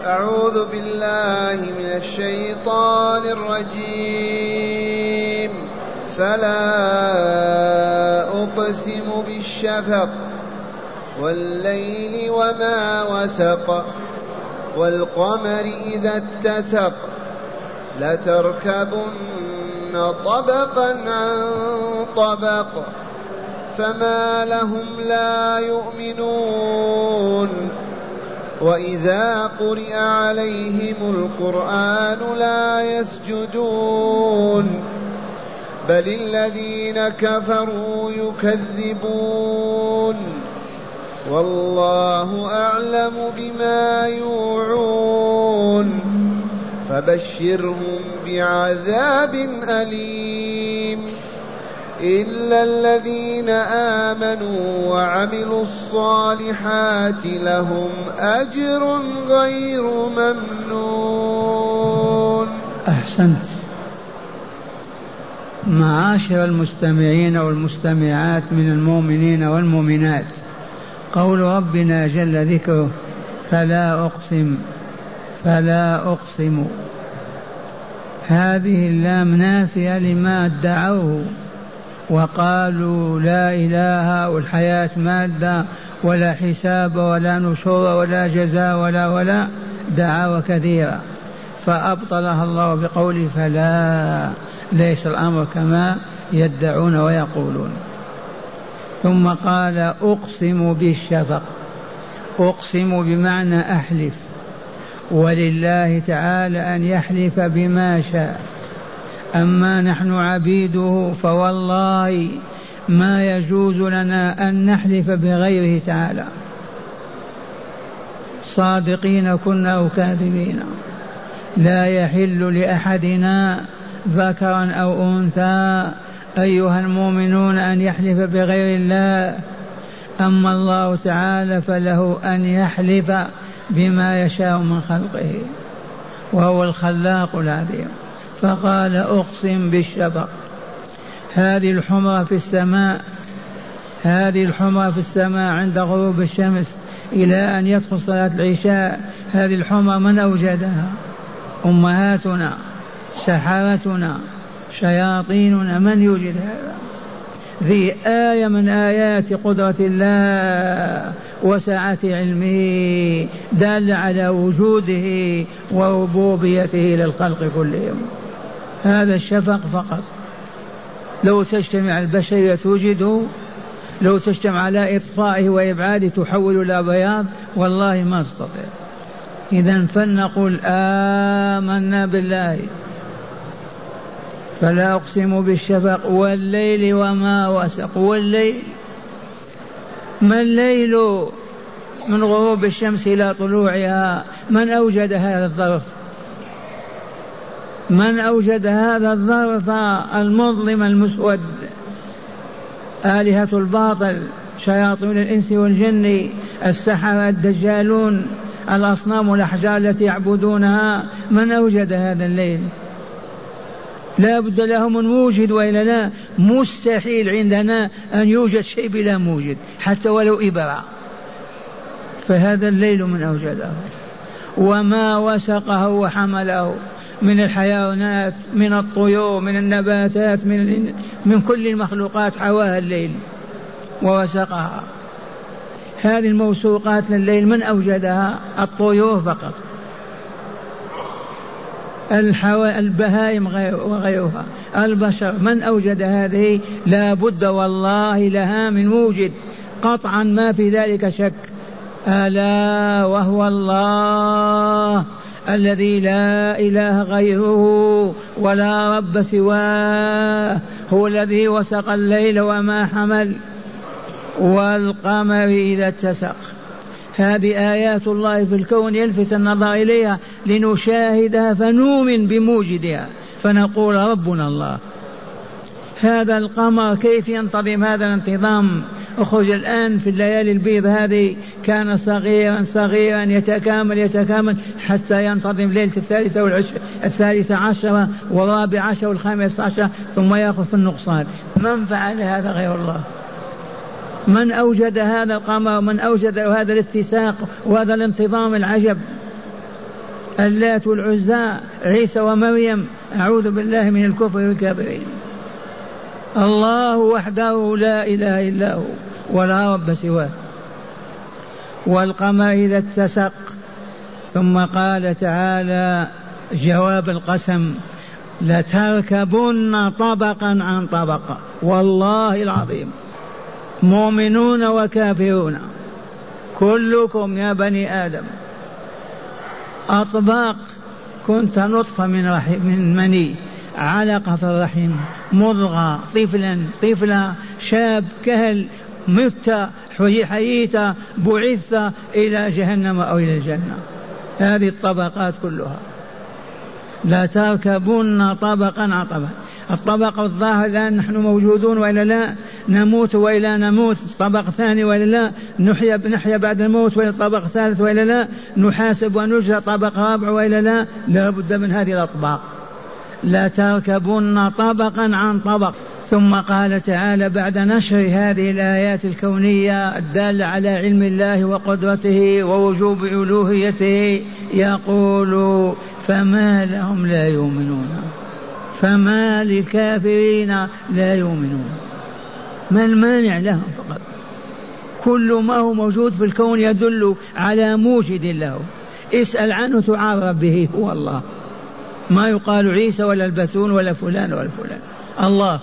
أعوذ بالله من الشيطان الرجيم. فلا أقسم بالشفق والليل وما وسق والقمر إذا اتسق لتركبن طبقا عن طبق فما لهم لا يؤمنون وإذا قرئ عليهم القرآن لا يسجدون بل الذين كفروا يكذبون والله أعلم بما يوعون فبشرهم بعذاب أليم إلا الذين آمنوا وعملوا الصالحات لهم أجر غير ممنون. أحسنت. معاشر المستمعين والمستمعات من المؤمنين والمؤمنات، قول ربنا جل ذكره فلا أقسم هذه اللام نافية لما ادعوه وقالوا لا إله والحياة مادة ولا حساب ولا نشور ولا جزاء ولا دعاوى كثيرة، فأبطلها الله بقوله فلا، ليس الأمر كما يدعون ويقولون. ثم قال أقسم بالشفق، أقسم بمعنى أحلف، ولله تعالى أن يحلف بما شاء، أما نحن عبيده فوالله ما يجوز لنا أن نحلف بغيره تعالى، صادقين كنا أو كاذبين. لا يحل لأحدنا ذكرا أو أنثى أيها المؤمنون أن يحلف بغير الله، أما الله تعالى فله أن يحلف بما يشاء من خلقه وهو الخلاق العظيم. فقال أقسم بالشفق، هذه الحمرة في السماء، هذه الحمرة في السماء عند غروب الشمس إلى أن يدخل صلاة العشاء، هذه الحمرة من أوجدها؟ أمهاتنا، سحرتنا، شياطيننا، من يوجد هذا؟ ذي آية من آيات قدرة الله وسعة علمه، دال على وجوده وربوبيته للخلق كلهم. هذا الشفق فقط، لو تجتمع البشرية توجده، لو تجتمع على إطفائه وإبعاده تحول إلى بياض، والله ما تستطيع. إذن فلنقل آمنا بالله. فلا أقسم بالشفق والليل وما وسق. والليل، ما الليل؟ من غروب الشمس إلى طلوعها. من أوجد هذا الظرف؟ من أوجد هذا الظرف المظلم المسود؟ آلهة الباطل، شياطين الإنس والجن، السحرة، الدجالون، الأصنام والأحجار التي يعبدونها. من أوجد هذا الليل؟ لا بد له من موجد، وإلا لا مستحيل عندنا أن يوجد شيء بلا موجد حتى ولو إبرة. فهذا الليل من أوجده. وما وسقه وحمله من الحيوانات، من الطيور، من النباتات، من كل المخلوقات حواها الليل ووسقها. هذه الموسوقات لليل من أوجدها؟ الطيور فقط، البهائم وغيرها، البشر. من أوجد هذه؟ لا بد والله لها من موجد قطعا، ما في ذلك شك. ألا وهو الله الذي لا إله غيره ولا رب سواه، هو الذي وسق الليل وما حمل، والقمر إذا اتسق. هذه آيات الله في الكون يلفت النظر إليها لنشاهدها فنؤمن بموجدها، فنقول ربنا الله. هذا القمر كيف ينتظم هذا الانتظام؟ أخرج الآن في الليالي البيض هذه، كان صغيرا صغيرا يتكامل حتى ينتظم ليلة 13 و14 و15، ثم يأخذ في النقصان. من فعل هذا غير الله؟ من أوجد هذا القمر؟ من أوجد هذا الاتساق وهذا الانتظام العجب؟ اللات والعزى، عيسى ومريم، أعوذ بالله من الكفر والكافرين. الله وحده لا إله إلا هو ولا رب سواه. والقمر إذا اتسق. ثم قال تعالى جواب القسم: لتركبن طبقا عن طبق، والله العظيم، مؤمنون وكافرون كلكم يا بني آدم أطباق. كنت نطفة من مني، علقة في الرحم، مضغة، طفلا، شاب، كهل، مت، حييت، بعث إلى جهنم أو إلى الجنة. هذه الطبقات كلها. لا تركبون طبقا عن طبق. الطبق الظاهر الآن نحن موجودون وإلا لا، نموت وإلا نموت، طبق ثاني وإلا لا، نحيا بعد الموت وإلا طبق ثالث وإلا لا، نحاسب ونجزى طبق رابع وإلا لا. لا بد من هذه الأطباق. لا تركبون طبقا عن طبق. ثم قال تعالى بعد نشر هذه الآيات الكونية الدالة على علم الله وقدرته ووجوب ألوهيته يقول: فما لهم لا يؤمنون، فما للكافرين لا يؤمنون. ما المانع لهم؟ فقط كل ما هو موجود في الكون يدل على موجد له. اسأل عنه تعرف به، هو الله. ما يقال عيسى ولا البثون ولا فلان ولا فلان، الله.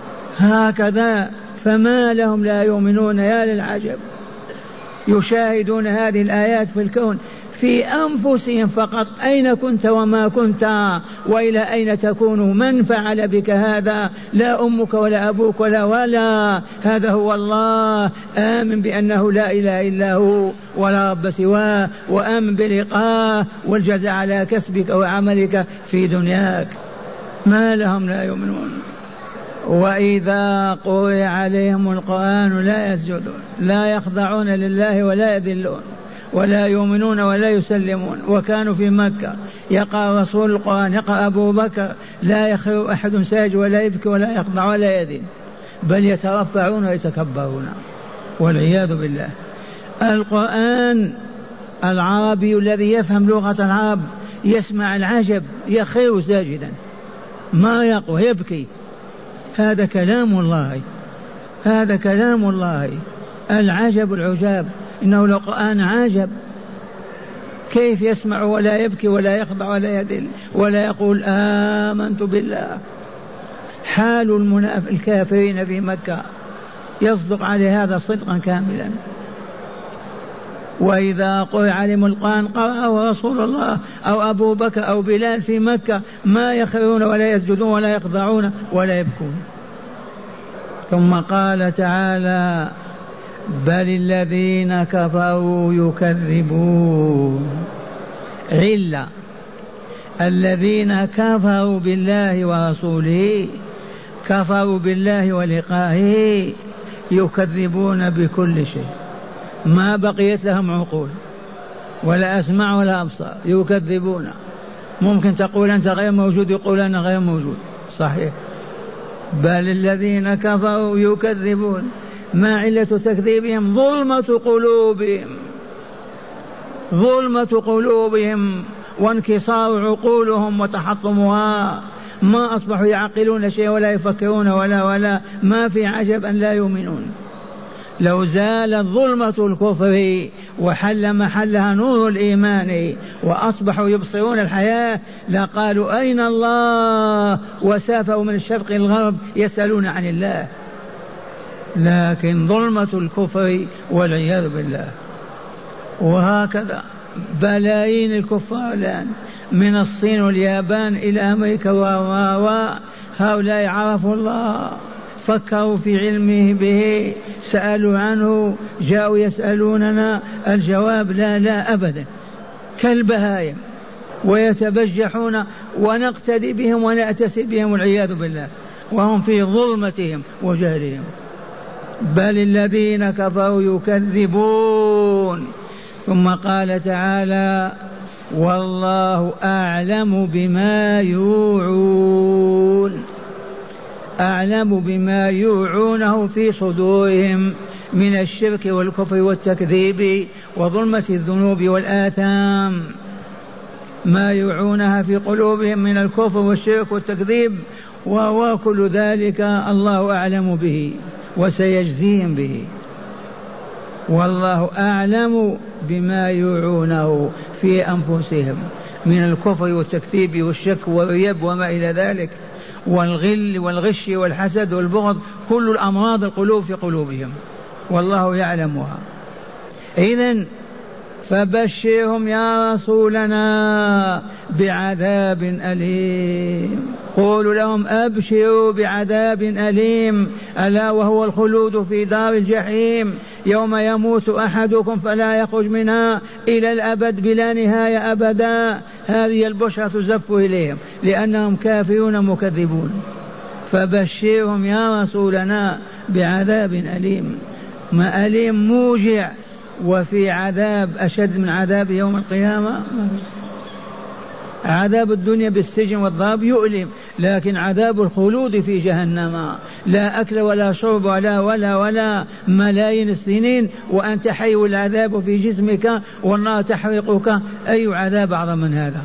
هكذا فما لهم لا يؤمنون. يا للعجب، يشاهدون هذه الآيات في الكون في أنفسهم فقط. أين كنت وما كنت وإلى أين تكون؟ من فعل بك هذا؟ لا أمك ولا أبوك ولا هذا هو الله. آمن بأنه لا إله إلا هو ولا رب سواه، وآمن بلقاه والجزاء على كسبك وعملك في دنياك. ما لهم لا يؤمنون. وإذا قرئ عليهم القرآن لا يسجدون، لا يخضعون لله ولا يذلون ولا يؤمنون ولا يسلمون. وكانوا في مكة يقرأ رسول القرآن، يقرأ أبو بكر، لا يخر أحد ساجد ولا يبكي ولا يخضع ولا يذل، بل يترفعون ويتكبرون والعياذ بالله. القرآن العربي الذي يفهم لغة العرب يسمع العجب يخر ساجدا، ما يقوى، يبكي. هذا كلام الله، هذا كلام الله. العجب العجاب، إنه لقرآن عجب. كيف يسمع ولا يبكي ولا يخضع ولا يذل ولا يقول آمنت بالله؟ حال الكافرين في مكة يصدق عليه هذا صدقا كاملا. وإذا قرئ عليهم القرآن قرأه رسول الله أو أبو بكر أو بلال في مكة ما يخرون ولا يسجدون ولا يخضعون ولا يبكون. ثم قال تعالى: بل الذين كفروا يكذبون. علة الذين كفروا بالله ورسوله، كفروا بالله ولقائه، يكذبون بكل شيء. ما بقيت لهم عقول ولا أسمع ولا أبصار، يكذبون. ممكن تقول أنت غير موجود، يقول أنا غير موجود، صحيح. بل الذين كفروا يكذبون. ما علة تكذيبهم؟ ظلمة قلوبهم، ظلمة قلوبهم وانكسار عقولهم وتحطمها. ما أصبحوا يعقلون شيء ولا يفكرون ولا ما في عجب أن لا يؤمنون. لو زالت ظلمة الكفر وحل محلها نور الإيمان وأصبحوا يبصرون الحياة لقالوا أين الله، وسافروا من الشرق الغرب يسألون عن الله. لكن ظلمة الكفر والعياذ بالله. وهكذا بلايين الكفار الآن من الصين واليابان إلى أمريكا هؤلاء عرفوا الله، فكروا في علمه به، سألوا عنه، جاءوا يسألوننا. الجواب لا أبدا، كالبهايم، ويتبجحون ونقتدي بهم ونأتسي بهم والعياذ بالله، وهم في ظلمتهم وجهلهم. بل الذين كفروا يكذبون. ثم قال تعالى: والله أعلم بما يوعون. أعلم بما يوعونه في صدورهم من الشرك والكفر والتكذيب وظلمة الذنوب والآثام. ما يوعونها في قلوبهم من الكفر والشرك والتكذيب، وكل ذلك الله أعلم به وسيجزيهم به. والله أعلم بما يوعونه في أنفسهم من الكفر والتكذيب والشك والريب وما إلى ذلك، والغل والغش والحسد والبغض، كل الأمراض القلوب في قلوبهم والله يعلمها. إذن فبشرهم يا رسولنا بعذاب أليم، قولوا لهم أبشروا بعذاب أليم، ألا وهو الخلود في دار الجحيم يوم يموت أحدكم فلا يخرج منها إلى الأبد بلا نهاية أبدا. هذه البشرى تزف إليهم لأنهم كافرون مكذبون. فبشرهم يا رسولنا بعذاب أليم، ما أليم موجع، وفي عذاب أشد من عذاب يوم القيامة. عذاب الدنيا بالسجن والضرب يؤلم، لكن عذاب الخلود في جهنم لا أكل ولا شرب ولا ملايين السنين وأنت حي والعذاب في جسمك والنار تحرقك، أي عذاب أعظم من هذا؟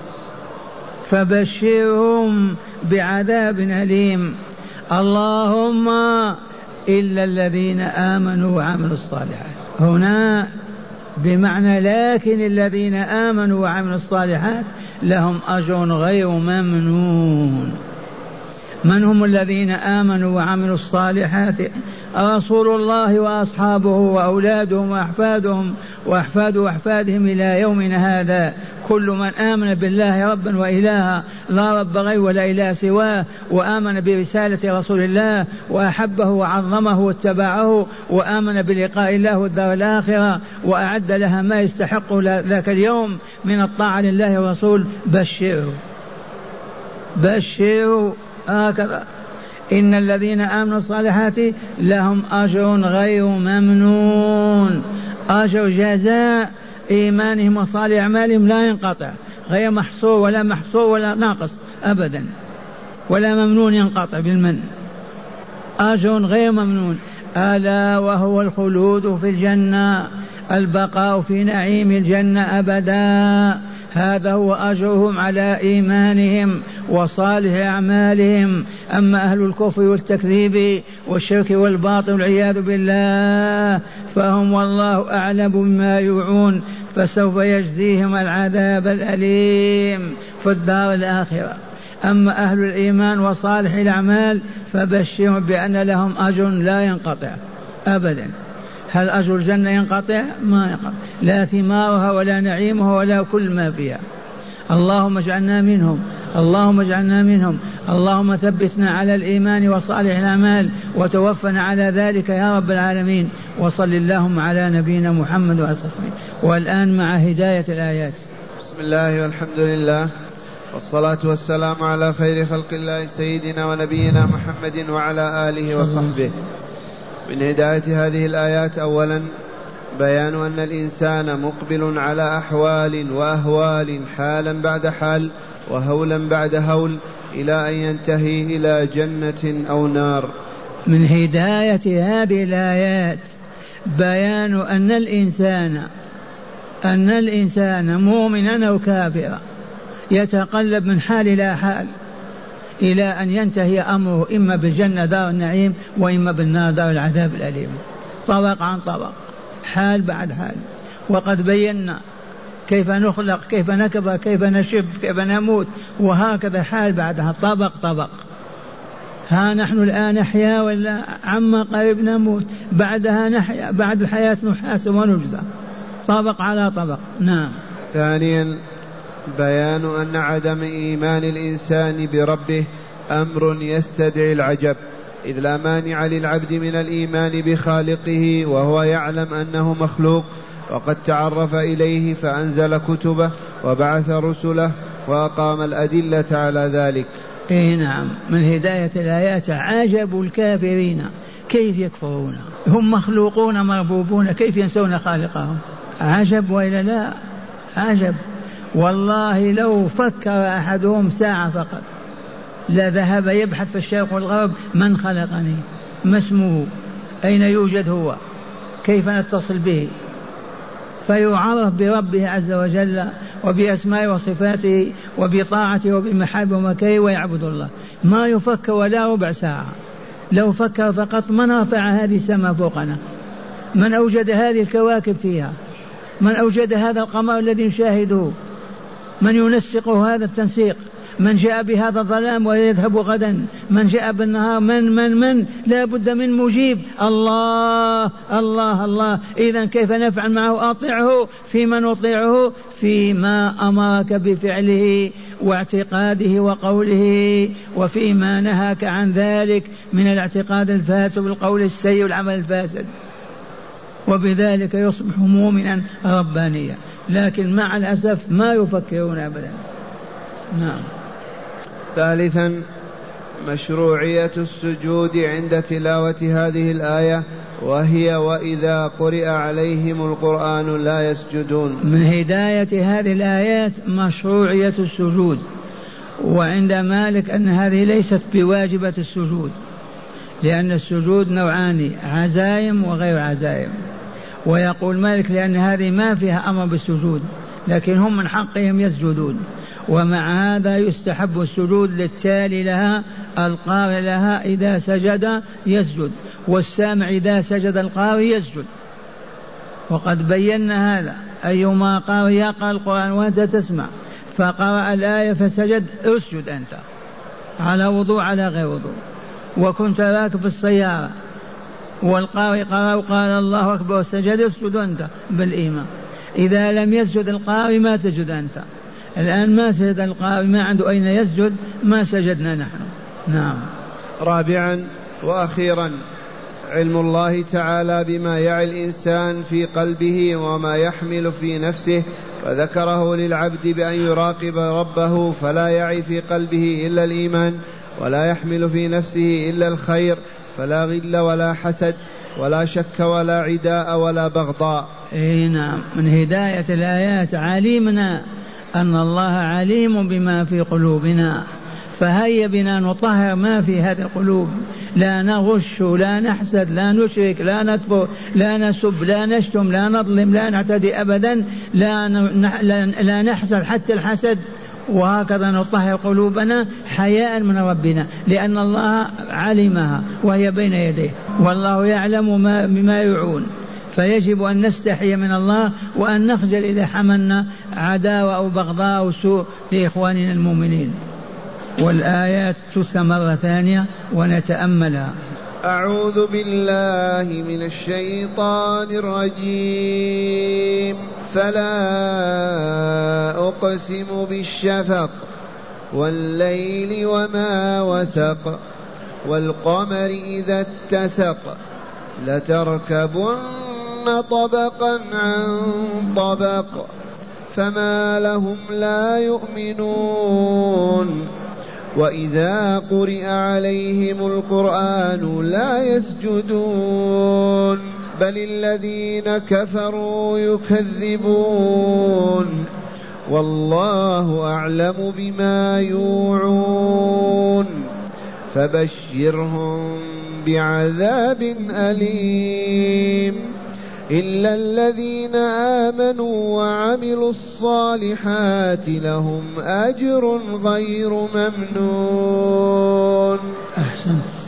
فبشرهم بعذاب أليم. اللهم إلا الذين آمنوا وعملوا الصالحات، هنا بمعنى لكن الذين آمنوا وعملوا الصالحات لهم أجر غير ممنون. من هم الذين آمنوا وعملوا الصالحات؟ رسول الله وأصحابه وأولادهم وأحفادهم وأحفاد أحفادهم إلى يومنا هذا. كل من آمن بالله ربا وإلها لا رب غيره ولا إله سواه، وآمن برسالة رسول الله وأحبه وعظمه واتبعه، وآمن بلقاء الله والدار الآخرة وأعد لها ما يستحق ذاك اليوم من الطاعة لله ورسول، بشروا هكذا. إن الذين آمنوا الصالحات لهم أجر غير ممنون، أجر جزاء إيمانهم وصالح أعمالهم لا ينقطع، غير محصور ولا ناقص أبدا، ولا ممنون ينقطع بالمن، أجر غير ممنون. ألا وهو الخلود في الجنة، البقاء في نعيم الجنة أبدا، هذا هو أجرهم على إيمانهم وصالح أعمالهم. أما أهل الكفر والتكذيب والشرك والباطل والعياذ بالله فهم والله أعلم بما يوعون، فسوف يجزيهم العذاب الأليم في الدار الآخرة. أما أهل الإيمان وصالح الأعمال فبشرهم بأن لهم أجر لا ينقطع أبدا. هل أجر الجنة ينقطع؟ ما ينقطع، لا ثمارها ولا نعيمها ولا كل ما فيها. اللهم اجعلنا منهم، اللهم اجعلنا منهم، اللهم ثبتنا على الإيمان وصالح الأعمال وتوفنا على ذلك يا رب العالمين. وصل اللهم على نبينا محمد وصحبه. والآن مع هداية الآيات. بسم الله والحمد لله والصلاة والسلام على خير خلق الله سيدنا ونبينا محمد وعلى آله وصحبه. من هداية هذه الآيات أولا بيان أن الإنسان مقبل على أحوال وأهوال حالا بعد حال وهولا بعد هول إلى أن ينتهي إلى جنة أو نار. من هداية هذه الآيات بيان أن الإنسان مؤمنا أو كافرا يتقلب من حال إلى حال إلى أن ينتهي أمره إما بالجنة دار النعيم وإما بالنار دار العذاب الأليم، طبق عن طبق، حال بعد حال. وقد بينا كيف نخلق، كيف نكبر، كيف نشب، كيف نموت، وهكذا حال بعدها طبق طبق. ها نحن الآن نحيا ولا عما قريب نموت، بعدها نحيا، بعد الحياة نحاسب ونجزى، طبق على طبق. نعم. ثانيا بيان أن عدم إيمان الإنسان بربه أمر يستدعي العجب، إذ لا مانع للعبد من الإيمان بخالقه وهو يعلم أنه مخلوق وقد تعرف إليه فأنزل كتبه وبعث رسله وأقام الأدلة على ذلك. نعم. من هداية الآيات عجب الكافرين كيف يكفرون، هم مخلوقون مربوبون، كيف ينسون خالقهم؟ عجب وإلا لا عجب. والله لو فكر أحدهم ساعة فقط لذهب يبحث في الشرق والغرب من خلقني، ما اسمه، أين يوجد هو، كيف نتصل به. فيعرف بربه عز وجل وبأسمائه وصفاته وبطاعته وبمحابه ومكاره ويعبد الله، ما يفكر ولا ربع ساعة. لو فكر فقط من رفع هذه السماء فوقنا؟ من أوجد هذه الكواكب فيها؟ من أوجد هذا القمر الذي نشاهده؟ من ينسقه هذا التنسيق؟ من جاء بهذا الظلام ويذهب غدا؟ من جاء بالنهار؟ من لا بد من مجيب. الله الله الله. إذن كيف نفعل معه؟ أطيعه فيما نطيعه فيما أمرك بفعله واعتقاده وقوله، وفيما نهاك عن ذلك من الاعتقاد الفاسد والقول السيء والعمل الفاسد، وبذلك يصبح مؤمنا ربانيا. لكن مع الأسف ما يفكرون أبدا. نعم. ثالثا مشروعية السجود عند تلاوة هذه الآية، وهي وإذا قرئ عليهم القرآن لا يسجدون. من هداية هذه الآيات مشروعية السجود. وعند مالك أن هذه ليست بواجبة السجود، لأن السجود نوعان، عزائم وغير عزائم. ويقول مالك لأن هذه ما فيها أمر بالسجود، لكن هم من حقهم يسجدون. ومع هذا يستحب السجود للتالي لها، القارئ لها إذا سجد يسجد، والسامع إذا سجد القارئ يسجد. وقد بينا هذا. أيما قارئ يقرأ القرآن وأنت تسمع فقرأ الآية فسجد، اسجد أنت على وضوء على غير وضوء. وكنت راكب في السيارة والقارئ قرأ وقال الله أكبر وسجد، اسجد أنت بالإيمان. إذا لم يسجد القارئ ما تسجد أنت. الآن ما سجد القارئ، ما عنده أين يسجد، ما سجدنا نحن. نعم. رابعا وأخيرا علم الله تعالى بما يعي الإنسان في قلبه وما يحمل في نفسه، فذكره للعبد بأن يراقب ربه فلا يعي في قلبه إلا الإيمان، ولا يحمل في نفسه إلا الخير، فلا غل ولا حسد ولا شك ولا عداء ولا بغضاء. نعم. من هداية الآيات علمنا أن الله عليم بما في قلوبنا، فهيا بنا نطهر ما في هذه القلوب، لا نغش لا نحسد لا نشرك لا نكفر لا نسب لا نشتم لا نظلم لا نعتدي أبدا، لا نحسد حتى الحسد. وهكذا نطهر قلوبنا حياء من ربنا، لأن الله علمها وهي بين يديه، والله يعلم بما يعون. فيجب أن نستحي من الله وأن نخجل إذا حملنا عداوة أو بغضاء أو سوء لإخواننا المؤمنين. والآيات تثنى مرة ثانية ونتأملها. أعوذ بالله من الشيطان الرجيم. فلا أقسم بالشفق والليل وما وسق والقمر إذا اتسق لتركبن طبقا عن طبق فما لهم لا يؤمنون وإذا قرئ عليهم القرآن لا يسجدون بل الذين كفروا يكذبون والله أعلم بما يوعون فبشرهم بعذاب أليم إلا الذين آمنوا وعملوا الصالحات لهم أجر غير ممنون. أحسنت.